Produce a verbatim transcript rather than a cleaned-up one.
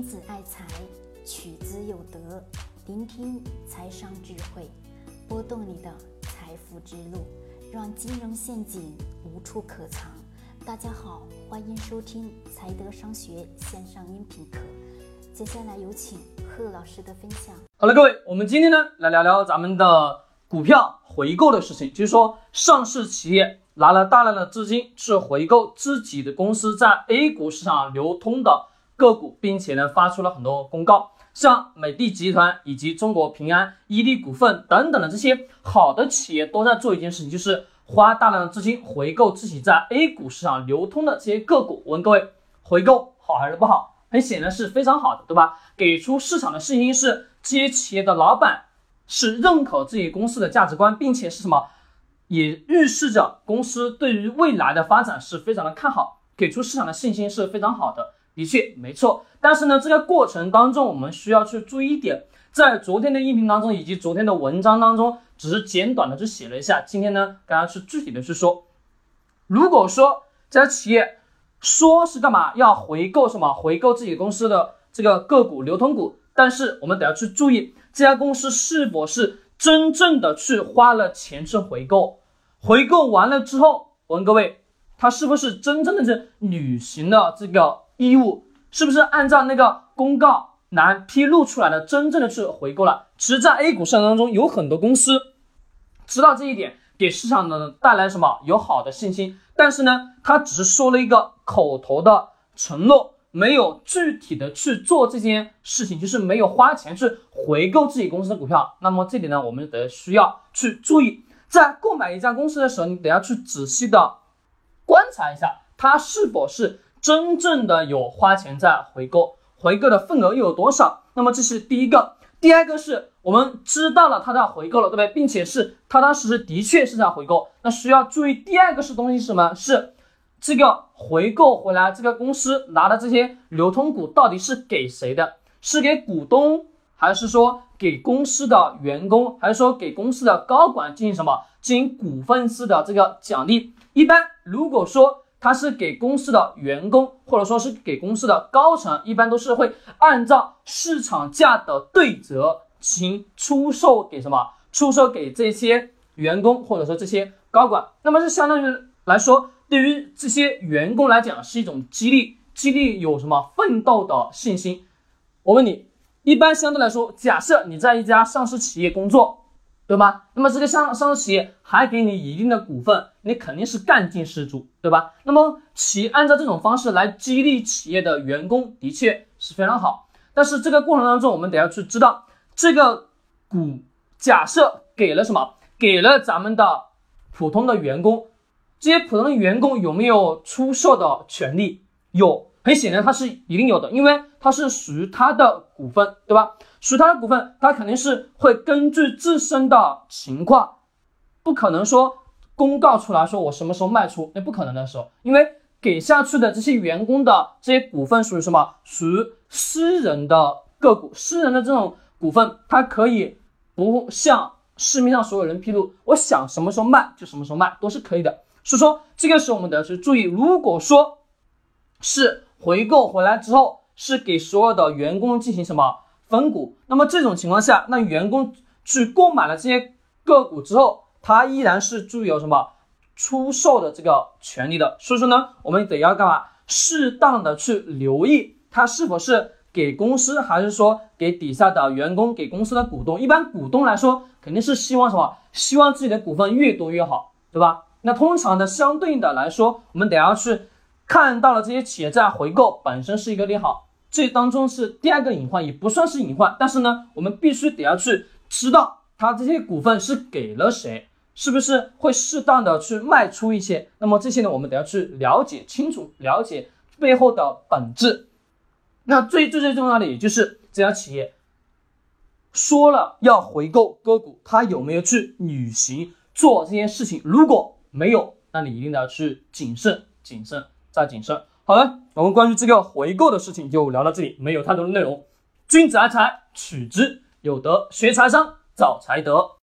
子爱财，取之有德，聆听财商智慧，拨动你的财富之路，让金融陷阱无处可藏。大家好，欢迎收听财德商学线上音频课。接下来有请贺老师的分享。 好了，各位，我们今天呢来聊聊咱们的股票回购的事情，就是说上市企业拿了大量的资金去回购自己的公司在 A 股市场流通的个股，并且呢发出了很多公告，像美的集团以及中国平安、伊利股份等等的这些好的企业都在做一件事情，就是花大量的资金回购自己在 A 股市场流通的这些个股。我问各位，回购好还是不好？很显然是非常好的，对吧？给出市场的信息是这些企业的老板是认可自己公司的价值观，并且是什么，也预示着公司对于未来的发展是非常的看好，给出市场的信心是非常好的。的确没错，但是呢这个过程当中我们需要去注意一点，在昨天的音频当中以及昨天的文章当中只是简短的去写了一下，今天呢跟大家去具体的去说，如果说这家企业说是干嘛要回购什么，回购自己公司的这个个股流通股，但是我们得要去注意这家公司是否是真正的去花了钱去回购，回购完了之后，我问各位，他是不是真正的是履行了这个义务，是不是按照那个公告栏披露出来的真正的去回购了？其实在 A 股市场当中有很多公司知道这一点，给市场呢带来什么有好的信心，但是呢他只是说了一个口头的承诺，没有具体的去做这件事情，就是没有花钱去回购自己公司的股票。那么这点呢我们得需要去注意，在购买一家公司的时候，你得要去仔细的观察一下它是否是真正的有花钱在回购，回购的份额又有多少。那么这是第一个。第二个是我们知道了他在回购了，对不对？并且是踏踏实实的确是在回购，那需要注意第二个是东西是什么？是这个回购回来这个公司拿的这些流通股到底是给谁的？是给股东，还是说给公司的员工，还是说给公司的高管进行什么进行股份制的这个奖励？一般如果说他是给公司的员工，或者说是给公司的高层，一般都是会按照市场价的对折进行出售给什么？出售给这些员工或者说这些高管。那么这相当于来说，对于这些员工来讲是一种激励，激励有什么奋斗的信心。我问你，一般相对来说，假设你在一家上市企业工作，对吧？那么这个上上市企业还给你一定的股份，你肯定是干劲十足，对吧？那么企业按照这种方式来激励企业的员工，的确是非常好。但是这个过程当中，我们得要去知道，这个股假设给了什么？给了咱们的普通的员工，这些普通的员工有没有出售的权利？有，很显然它是一定有的，因为它是属于他的股份，对吧？属于他的股份，他肯定是会根据自身的情况，不可能说公告出来说我什么时候卖出，那不可能的时候，因为给下去的这些员工的这些股份属于什么？属于私人的个股，私人的这种股份，它可以不向市面上所有人披露，我想什么时候卖就什么时候卖，都是可以的。所以说这个时候我们得要去注意，如果说是回购回来之后是给所有的员工进行什么分股，那么这种情况下，那员工去购买了这些个股之后，他依然是具有什么出售的这个权利的。所以说呢，我们得要干嘛？适当的去留意他是否是给公司，还是说给底下的员工，给公司的股东。一般股东来说肯定是希望什么？希望自己的股份越多越好，对吧？那通常的相对应的来说，我们得要去看到了这些企业在回购本身是一个利好，这当中是第二个隐患，也不算是隐患，但是呢我们必须得要去知道他这些股份是给了谁，是不是会适当的去卖出一些。那么这些呢我们得要去了解清楚，了解背后的本质。那最最最重要的也就是这家企业说了要回购个股，他有没有去履行做这件事情？如果没有，那你一定要去谨慎谨慎再谨慎。好了，我们关于这个回购的事情就聊到这里，没有太多的内容。君子爱财，取之有德，学财商，找财德。